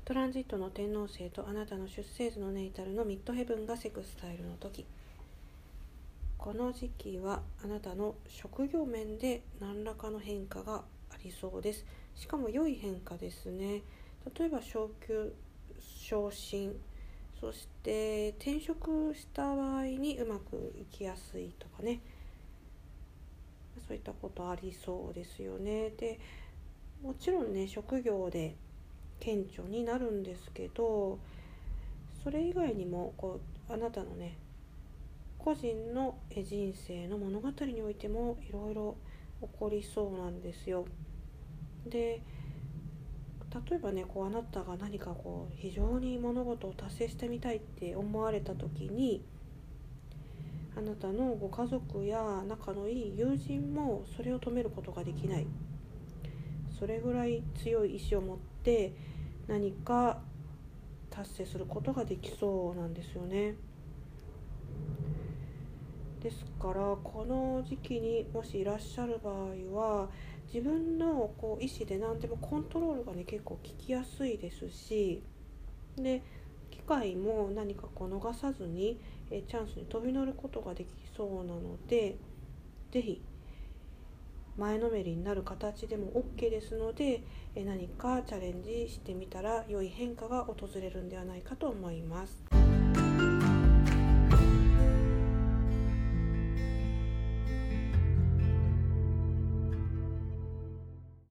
トランジットの天王星とあなたの出生図のネイタルのミッドヘブンがセクスタイルの時、この時期はあなたの職業面で何らかの変化がありそうです。しかも良い変化ですね。例えば昇給、昇進、そして転職した場合にうまくいきやすいとかね、そういったことありそうですよね。で、もちろんね、職業で顕著になるんですけど、それ以外にもあなたのね、個人の人生の物語においてもいろいろ起こりそうなんですよ。で、例えばね、あなたが何か非常に物事を達成してみたいって思われた時に、あなたのご家族や仲のいい友人もそれを止めることができない。それぐらい強い意志を持って何か達成することができそうなんですよね。ですからこの時期にもしいらっしゃる場合は、自分の意思で何でもコントロールがね結構効きやすいですし、で機会も何か逃さずにチャンスに飛び乗ることができそうなので、ぜひ前のめりになる形でも OK ですので、何かチャレンジしてみたら良い変化が訪れるんではないかと思います。